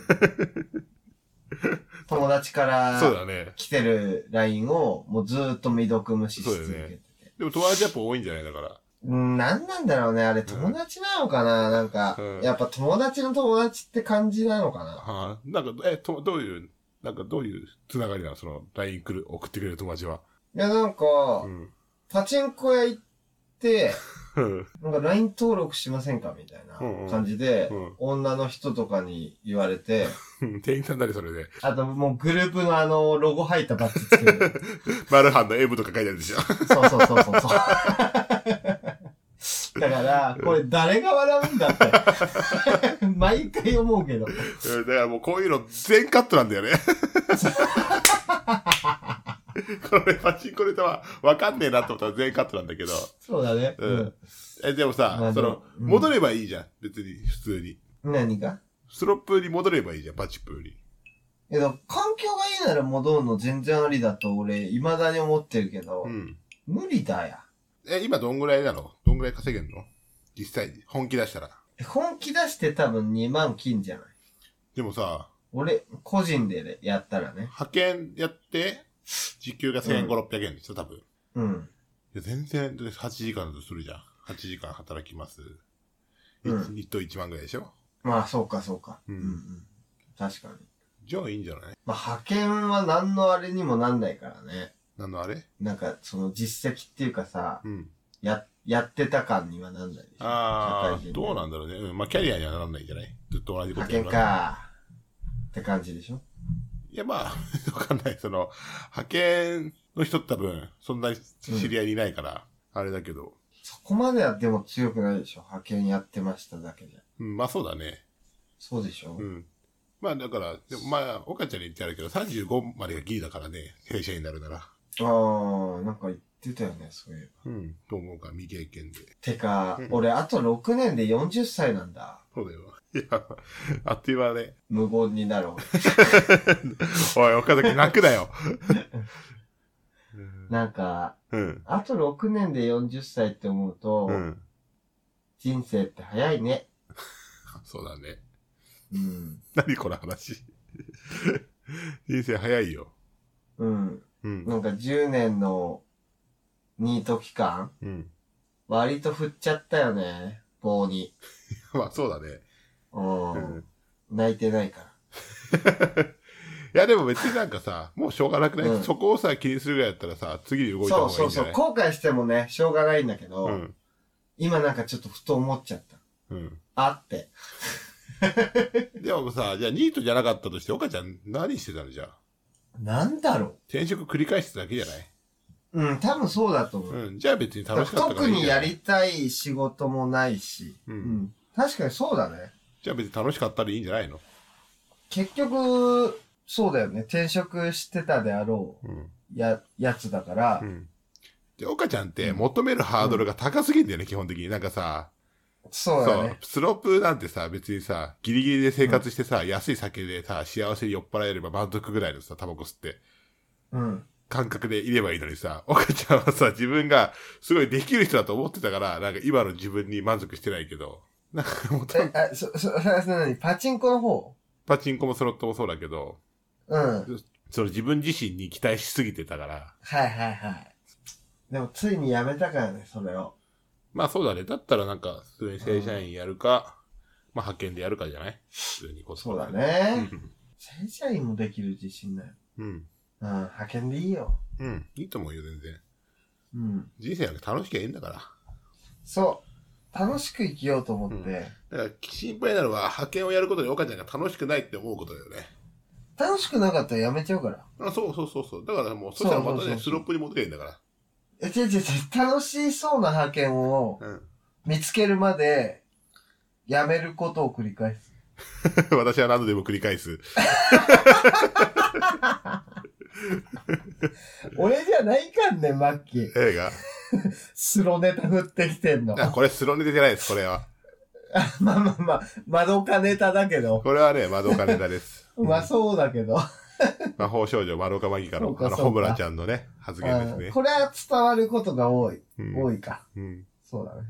友達から来てる ライン をもうずーっと未読無視し続けてて。 ね、でも友達やっぱ多いんじゃないだから。 うん、なんなんだろうね。あれ友達なのかな、うん、なんか、うん、やっぱ友達の友達って感じなのかな。はあ、なんか、え、と、どういう、なんかどういうつながりなのその ライン 来る、送ってくれる友達は。 いや、なんか、うん、パチンコ屋行って、なんか ライン 登録しませんかみたいな感じで、うんうん、女の人とかに言われて。 店員さんだね、それで。 あともうグループのあの、ロゴ入ったバッジつける。 マルハンの M とか書いてあるでしょ。 そうそうそうそうそう。だから、これ誰が笑うんだって。毎回思うけど。だからもうこういうの全カットなんだよね。これパチンコネタはわかんねえなと思ったら全カットなんだけど。 そうだね。 うん。え、でもさ、まあ、その、うん、戻ればいいじゃん。別に、普通に。 何がスロップに戻ればいいじゃん、パチプーに。 え、だ環境がいいなら戻るの全然ありだと俺、未だに思ってるけど。うん。無理だや。 え、今どんぐらいなのどんぐらい稼げんの実際、本気出したら。 本気出して多分にまん金じゃない。 でもさ、 俺、個人でやったらね。 派遣やって、時給がせんごひゃく、ろっぴゃくえんでしょ、多分。うん。いや、全然、はちじかんだとするじゃん。はちじかん働きます。うん。一等いちまんぐらいでしょ。 まあ、そうか、そうか。うん。うんうん、確かに。 じゃあいいんじゃない？ まあ、派遣は何のあれにもなんないからね。 何のあれ？ なんか、その実績っていうかさ、うん。や、やってた感にはなんないでしょ。 ああ、どうなんだろうね。うん。まあ、キャリアにはならないんじゃない？ずっと同じことやる。派遣かって感じでしょ。 いや、まあ、わかんない。その、派遣の人って多分、そんなに知り合いいないから、うん、あれだけど。 そこまではでも強くないでしょ。派遣やってましただけで。 うん、まあそうだね。 そうでしょ。 うん。まあだから、でもまあ、岡ちゃんに言ってあるけど、さんじゅうごまでがギリだからね、正社員になるなら。ああ、なんか言ってたよね、そういえば。うん、と思うか、未経験で。 てか、うん、俺あとろくねんでよんじゅっさいなんだ。 そうだよ。いや、あっという間ね。 無言になるおい、岡崎泣くなよ。 なんか、うん、あとろくねんでよんじゅっさいって思うと、うん、人生って早いね。 そうだね。 うん。 何この話。人生早いよ。 うん。うん、なんかじゅうねんのニート期間、うん、割と振っちゃったよね、棒に。 まあそうだね。 うん。泣いてないから。いやでも別になんかさ、もうしょうがなくない、うん、そこをさ、気にするぐらいだったらさ、次に動いた方がいいんじゃない？そうそうそう、 後悔してもね、しょうがないんだけど、うん、 今なんかちょっとふと思っちゃった。 うん。 あって。 でもさ、じゃあニートじゃなかったとして、岡ちゃん何してたのじゃあ。 なんだろう。 転職繰り返してただけじゃない？ うん、多分そうだと思う。 うん、じゃあ別に楽しかったからいい。 特にやりたい仕事もないし。 うん。うん、 確かにそうだね。 じゃあ別に楽しかったらいいんじゃないの？ 結局、そうだよね。転職してたであろう、うん、や、やつだから。うん。 で、岡ちゃんって求めるハードルが高すぎんだよね、うん、基本的に。なんかさ、 そうだね。そう。 スロープなんてさ、別にさ、ギリギリで生活してさ、うん、安い酒でさ、幸せに酔っ払えれば満足ぐらいのさ、タバコ吸って。うん。感覚でいればいいのにさ、岡ちゃんはさ、自分がすごいできる人だと思ってたから、なんか今の自分に満足してないけど。なんかもうえ、あ、そ、そ、そ、何パチンコの方？ パチンコもスロットもそうだけど。うん。その自分自身に期待しすぎてたから。 はいはいはい。でもついにやめたからね、それを。 まあそうだね。だったらなんか、普通に正社員やるか、うん、まあ派遣でやるかじゃない？普通にこそうだね。正社員もできる自信ない。うん。うん、派遣でいいよ。 うん、いいと思うよ、全然。うん。人生なんか楽しきゃいいんだから。 そう。楽しく生きようと思って。うん、 だから心配なのは、派遣をやることで岡ちゃんが楽しくないって思うことだよね。 楽しくなかったらやめちゃうから。 あ、そうそうそうそう。だからもう、そしたらまたね、スロップに戻れるんだから。 え、違う違う違う、楽しそうな派遣を見つけるまで、やめることを繰り返す。 私は何度でも繰り返す。 俺じゃないかんね、マッキー。 映画スロネタ振ってきてんの。 これスロネタじゃないです、これは。 まあまあまあ、マドカネタだけど。 これはね、マドカネタです。 まあそうだけど。 魔法少女マドカマギカの、あの、ホムラちゃんのね、発言ですね。 これは伝わることが多い。うん、多いか。うん。そうだね。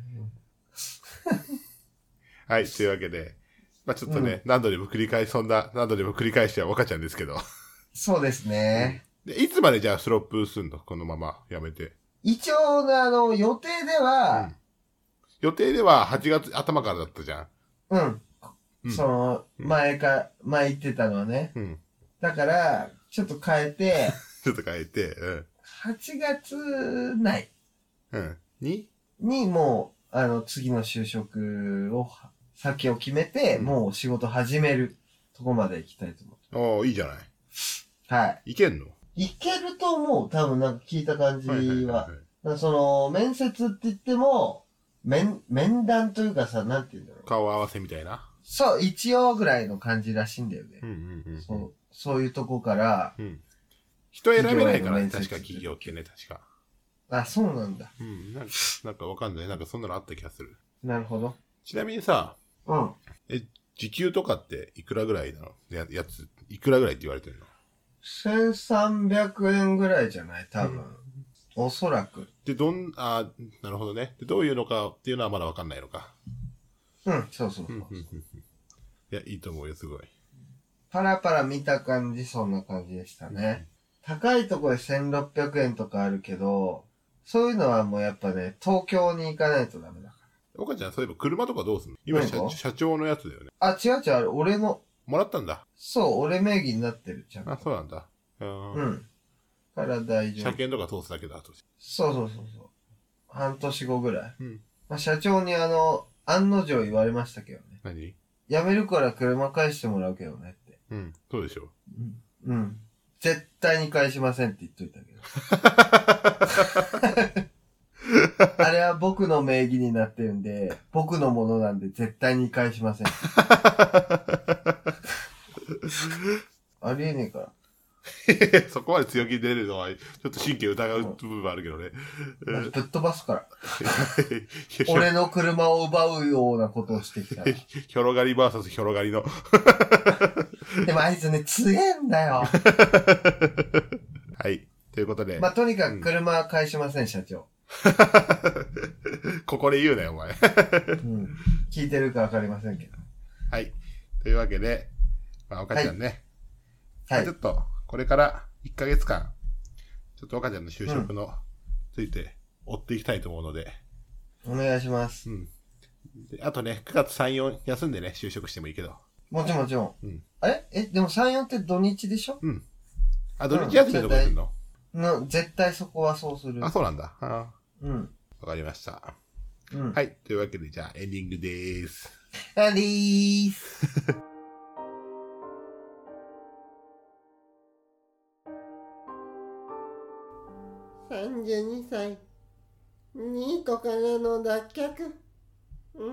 はい、というわけで、まあちょっとね、うん、何度でも繰り返し、そんな、何度でも繰り返しちゃう岡ちゃんですけど。 そうですね、 うん。で、いつまでじゃあスロップすんの？このままやめて。 一応、あの、予定では、うん、 予定でははちがつ頭からだったじゃん。 うん。うん、その、前か、前言ってたのはね。うん。だから、ちょっと変えて、 ちょっと変えて、うん。 はちがつないうん。にに、もう、あの、次の就職を、先を決めて、うん、もう仕事始めるとこまで行きたいと思う。ああ、いいじゃない。 はい。 いけんの？ いけると思う。多分なんか聞いた感じは。はいはいはいはい、その、面接って言っても、面、面談というかさ、なんて言うんだろう。 顔合わせみたいな。 そう、一応ぐらいの感じらしいんだよね。うんうんうん。そう、そういうとこから、うん。 人選べないからね、確か企業ってね、確か。 あ、そうなんだ。 うん、なんか、なんかわかんない。なんかそんなのあった気がする。 なるほど。 ちなみにさ、うん。え、時給とかっていくらぐらいなの？や、やつ、いくらぐらいって言われてるの？ せんさんびゃくえんぐらいじゃない？多分。うん、おそらく。 で、どん、あ、なるほどね。で、どういうのかっていうのはまだわかんないのか。 うん、そうそうそう。 いや、いいと思うよ、すごい。 パラパラ見た感じ、そんな感じでしたね。うん、高いところでせんろっぴゃくえんとかあるけど、そういうのはもうやっぱね、東京に行かないとダメだから。 岡ちゃん、そういえば車とかどうすんの？今社、社長のやつだよね。 あ、違う違う、俺の。 もらったんだ。 そう、俺名義になってるじゃん。 あ、そうなんだ。うん。 うん。から大丈夫。 車検とか通すだけだと。 そうそうそうそう。半年後ぐらい。うん。まあ、社長にあの、案の定言われましたけどね。 何？ 辞めるから車返してもらうけどねって。 うん、そうでしょ。 うん。うん。絶対に返しませんって言っといたけど。あれは僕の名義になってるんで、僕のものなんで絶対に返しません。ありえねえから。 そこまで強気に出るのは、ちょっと神経疑う部分はあるけどね。 うん、ぶっ飛ばすから。俺の車を奪うようなことをしてきたら。 ヒョロ狩りバーサスヒョロ狩りの。 でもあいつね、強えんだよ。 はい。ということで。 まあ、とにかく車は返しません、うん、社長。 ここで言うなよ、お前。うん。 聞いてるかわかりませんけど。 はい。というわけで、まあ、岡ちゃんね。はい。まあ、ちょっと、これからいっかげつかん、ちょっと岡ちゃんの就職のついて追っていきたいと思うので。 お願いします。 うん。であとね、くがつさん、よん休んでね、就職してもいいけど。 もちろんもちろん。うん。あれえ、でもさん、よんって土日でしょ？ うん。あ、土日休みのとこするの？ の、絶対そこはそうする。 あ、そうなんだ。あうん。 わかりました。 うん。 はい。というわけで、じゃあエンディングでーす。 ありーす。 さんじゅうにさいニートからの脱却。うん。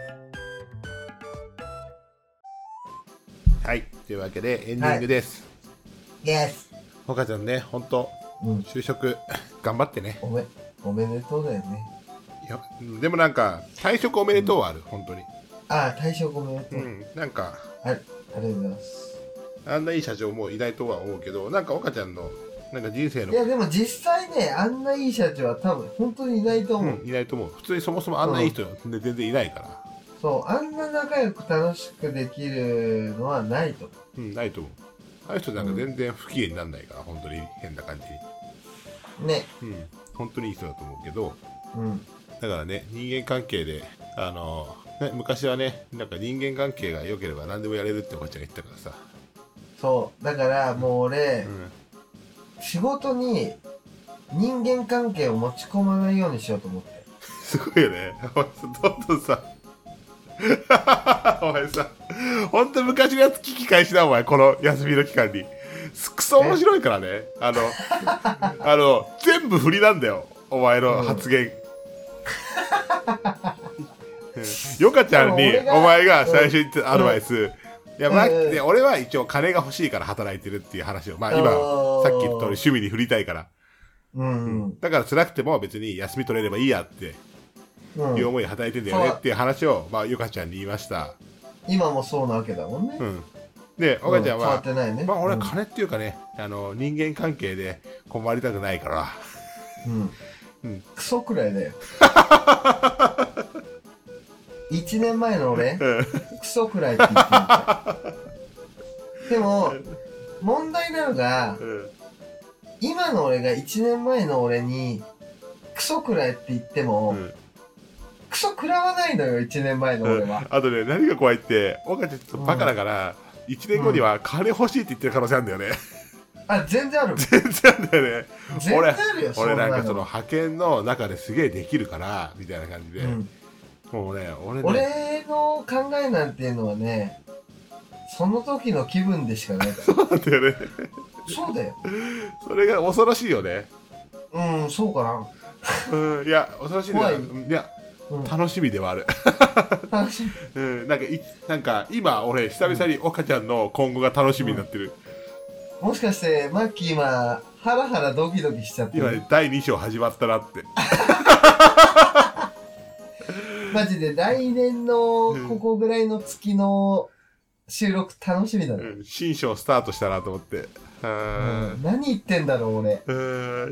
はい。というわけでエンディングです。 イエス。 ほかちゃんね、ほんと、 うん、 就職頑張ってね。 おめ、おめでとうだよね。 いや、でもなんか、退職おめでとうはある、うん、本当に。 ああ、退職おめでとう。 うん、なんか、 あ、ありがとうございます。 あんないい社長もいないとは思うけど、なんか岡ちゃんの、なんか人生の。 いや、でも実際ね、あんないい社長は多分、本当にいないと思う。 うん、いないと思う。普通にそもそもあんないい人って全然いないから。 うん、そう、あんな仲良く楽しくできるのはないと思う。うん、ないと思う。ああいう人なんか全然不機嫌にならないから、うん、本当に変な感じ。 ね。 うん、本当にいい人だと思うけど、 うん。 だからね、人間関係で、あの、ね、昔はね、なんか人間関係が良ければ何でもやれるっておばちゃんが言ってたからさ。 そう、だからもう俺、 うん、 仕事に人間関係を持ち込まないようにしようと思って。 すごいよね。どんどんさ、お前さ、ほんと昔のやつ聞き返しな、お前、この休みの期間に。くそ面白いからね。あの、あの、全部振りなんだよ、お前の発言。うん、よかちゃんに、お前が最初に言ってアドバイス、うん、いや、まあ、で俺は一応金が欲しいから働いてるっていう話を、まあ今、さっき言った通り趣味に振りたいから。 うんうん、 だから辛くても別に休み取れればいいやって。いう思いで働いてんだよねっていう話を、まあ、ゆかちゃんに言いました。 今もそうなわけだもんね。 うん。で、おかちゃんは、 うんね、 まあ、俺は金っていうかね、うん、あの、人間関係で困りたくないから。 うん。うん。クソくらいだよ。いちねんまえの俺、クソくらいって言ってる。でも、問題なのが、うん、今の俺がいちねんまえの俺に、クソくらいって言っても、うん、クソ食らわないのよ、いちねんまえの俺は。 あとね、何が怖いって、岡ちゃんちょっとバカだから、うん、いちねんごには金欲しいって言ってる可能性あるんだよね。 あ、全然ある。 全然あるんだよね。 全然あるよ、 俺、俺なんかその派遣の中ですげえできるから、みたいな感じで。うん、もうね、俺ね。 俺の考えなんていうのはね、その時の気分でしかないから。 そうなんだよね。 そうだよ。 それが恐ろしいよね。 うん、そうかな。 うん、いや、恐ろしいんだよ。いや、うん、楽しみではある。 楽しみ。 うん、なんかい、なんか今俺久々に岡ちゃんの今後が楽しみになってる。 うん、もしかしてマッキー今ハラハラドキドキしちゃってる。 今ね、だいに章始まったなって。 マジで来年のここぐらいの月の収録楽しみだね。 うん、新章スタートしたなと思って。 うん、何言ってんだろう俺。 うん、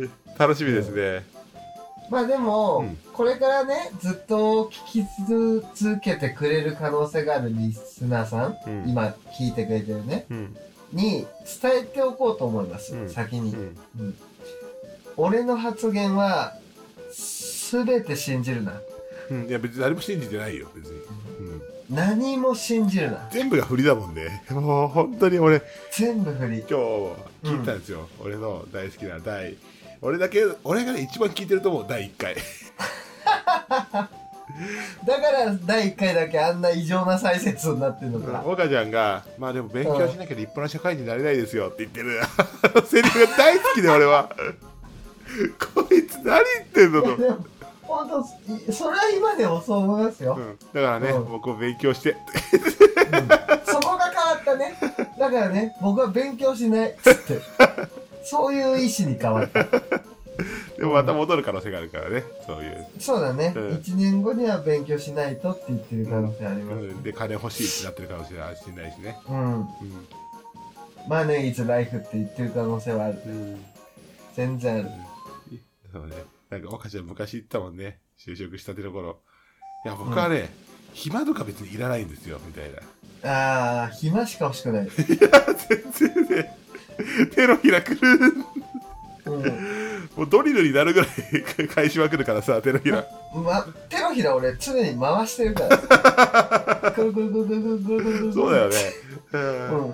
楽しみですね。うんまあでも、うん、これからね、ずっと聞き続けてくれる可能性があるリスナーさん、うん、今聞いてくれてるね、うん、に伝えておこうと思います、うん、先に、うんうん。俺の発言は、すべて信じるな。 うん、いや別に誰も信じてないよ、別に。 うん、何も信じるな。 全部が振りだもんね。もう本当に俺、 全部振り。 今日聞いたんですよ、うん、俺の大好きな第俺だけ、俺がね、一番聞いてると思う、だいいっかい。 だからだいいっかいだけあんな異常な再生数になってるのか。 岡ちゃんが、まあでも勉強しなきゃ立派な社会人になれないですよって言ってる。セリフが大好きで俺は。こいつ何言ってんのと。 本当、それは今でもそう思いますよ。 うん、だからね、うん、僕も勉強して、うん。 そこが変わったね。だからね、僕は勉強しないっつって。そういう意思に変わった。 でもまた戻る可能性があるからね、そういう。 そうだね、うん、いちねんごには勉強しないとって言ってる可能性あります、ねうん、 で、金欲しいってなってる可能性はしないしね。 うん。うん、マネーイズライフって言ってる可能性はある。うん、全然ある、うん。 そうね。なんか岡ちゃん昔言ったもんね、就職したての頃。いや、僕はね、うん、暇とか別にいらないんですよ、みたいな。ああ、暇しか欲しくない。いや、 全然ね。手のひらくる、うん、もうドリルになるぐらい返しまくるからさ、手のひら、 まま、手のひら俺常に回してるからくるくるくるくるくるくるくる。 そうだよね、うん、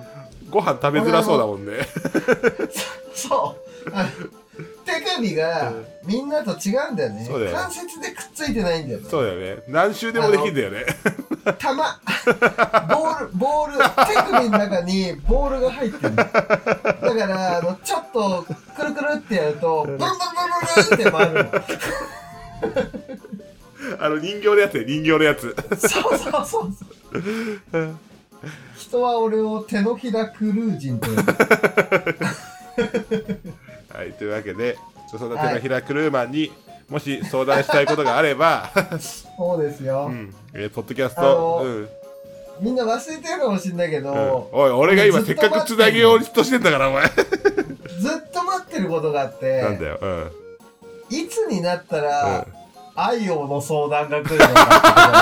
ご飯食べづらそうだもんね。 そうあ手首がみんなと違うんだよね。関節でくっつついてないんだよ。 そうだよね。何周でもできるんだよね。 玉ボールボール手首の中にボールが入ってる。だからあのちょっとくるくるってやるとブルブルブルブルって回るの。 あの人形のやつね、人形のやつ。 そうそうそうそう。人は俺を手のひらクルージンと呼ぶ。 はい、というわけで、そんな手のひらクルーマンにもし相談したいことがあれば、 そうですよ。 うん、えー、ポッドキャスあト、 のうん、 みんな忘れてるかもしれないけど、 うん、おい、俺が今せっかくつなげようとしてんだから、お前。 ずっと待ってることがあって、 なんだよ、うん。 いつになったら、 うん、 アイオーの相談が来るのか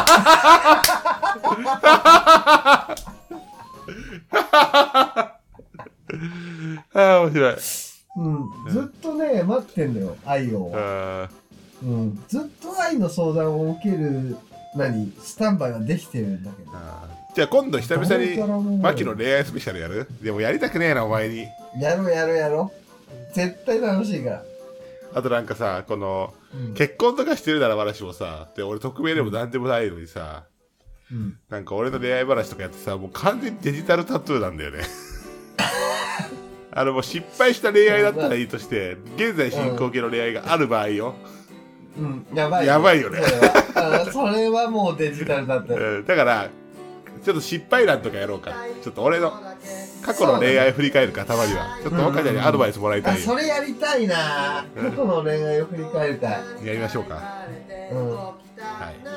ああ、面白い。 うん、ずっとね、待ってんだよ、アイオー。うん、ずっと愛の相談を受ける、何、スタンバイができてるんだけど。 じゃあ今度久々にマキの恋愛スペシャルやる？でもやりたくねえな、お前に。 やろうやろうやろう。絶対楽しいから。 あとなんかさ、この、 うん、 結婚とかしてるなら話もさ、で、俺匿名でもなんでもないのにさ、うん、なんか俺の恋愛話とかやってさ、もう完全にデジタルタトゥーなんだよね。あのもう失敗した恋愛だったらいいとして、現在進行形の恋愛がある場合よ。 うん、やばい。 やばいよね。 それは、それはもうデジタルだった。 うん、だから、ちょっと失敗談とかやろうか。ちょっと俺の過去の恋愛を振り返るか、たまには。ちょっと岡ちゃんにアドバイスもらいたいよ。 あ、それやりたいな。過去の恋愛を振り返りたい。 やりましょうか。 うん。 はい。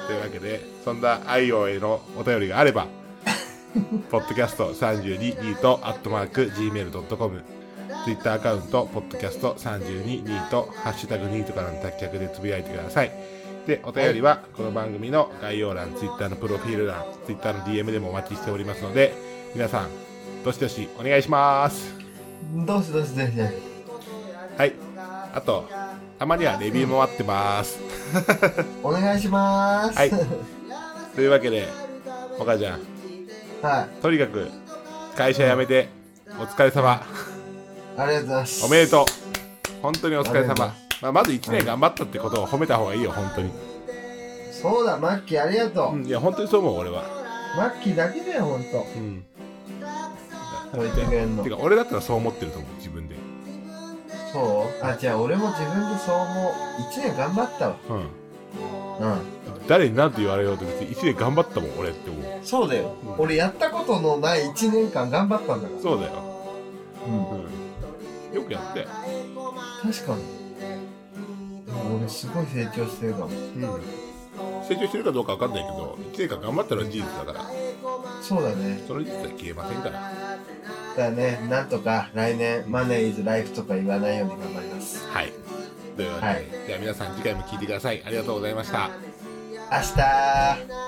というわけで、そんな愛をへのお便りがあれば、ポッドキャストさんじゅうにニートアットマーク ジーメールドットコム、ツイッターアカウント、ポッドキャストさんじゅうにニート、ハッシュタグニートからの脱却でつぶやいてください。で、お便りはこの番組の概要欄、ツイッターのプロフィール欄、ツイッターの ディーエム でもお待ちしておりますので、皆さん、どしどしお願いします。 どしどしぜひ。 はい。あと、たまにはレビューも待ってます。 お願いします。 はい。というわけで、岡ちゃん。 はい。 とにかく、会社辞めて、お疲れ様。 ありがとうございます。 おめでとう。本当にお疲れ様。まあ、まずいちねん頑張ったってことを褒めた方がいいよ、本当に。 そうだ、マッキーありがとう。 うん、いや、本当にそう思う、俺は。 マッキーだけだよ、本当。 うん。 そう言ってくれんの。 てか、俺だったらそう思ってると思う、自分で。 そうあ、じゃあ俺も自分でそう思う。いちねん頑張ったわ。 うん。 うん。 誰に何て言われようと別にいちねん頑張ったもん、俺って思う。 そうだよ。 うん、 俺やったことのないいちねんかん頑張ったんだから。 そうだよ。 うん。うん、 よくやって。 確かに。俺すごい成長してるかも。うん。 成長してるかどうかわかんないけど、いちねんかん頑張ったのは事実だから。 そうだね。 その事実は消えませんから。 だからね、なんとか来年マネーイズライフとか言わないように頑張ります。 はい。というわけで、はい、じゃあ皆さん次回も聞いてください。ありがとうございました。 明日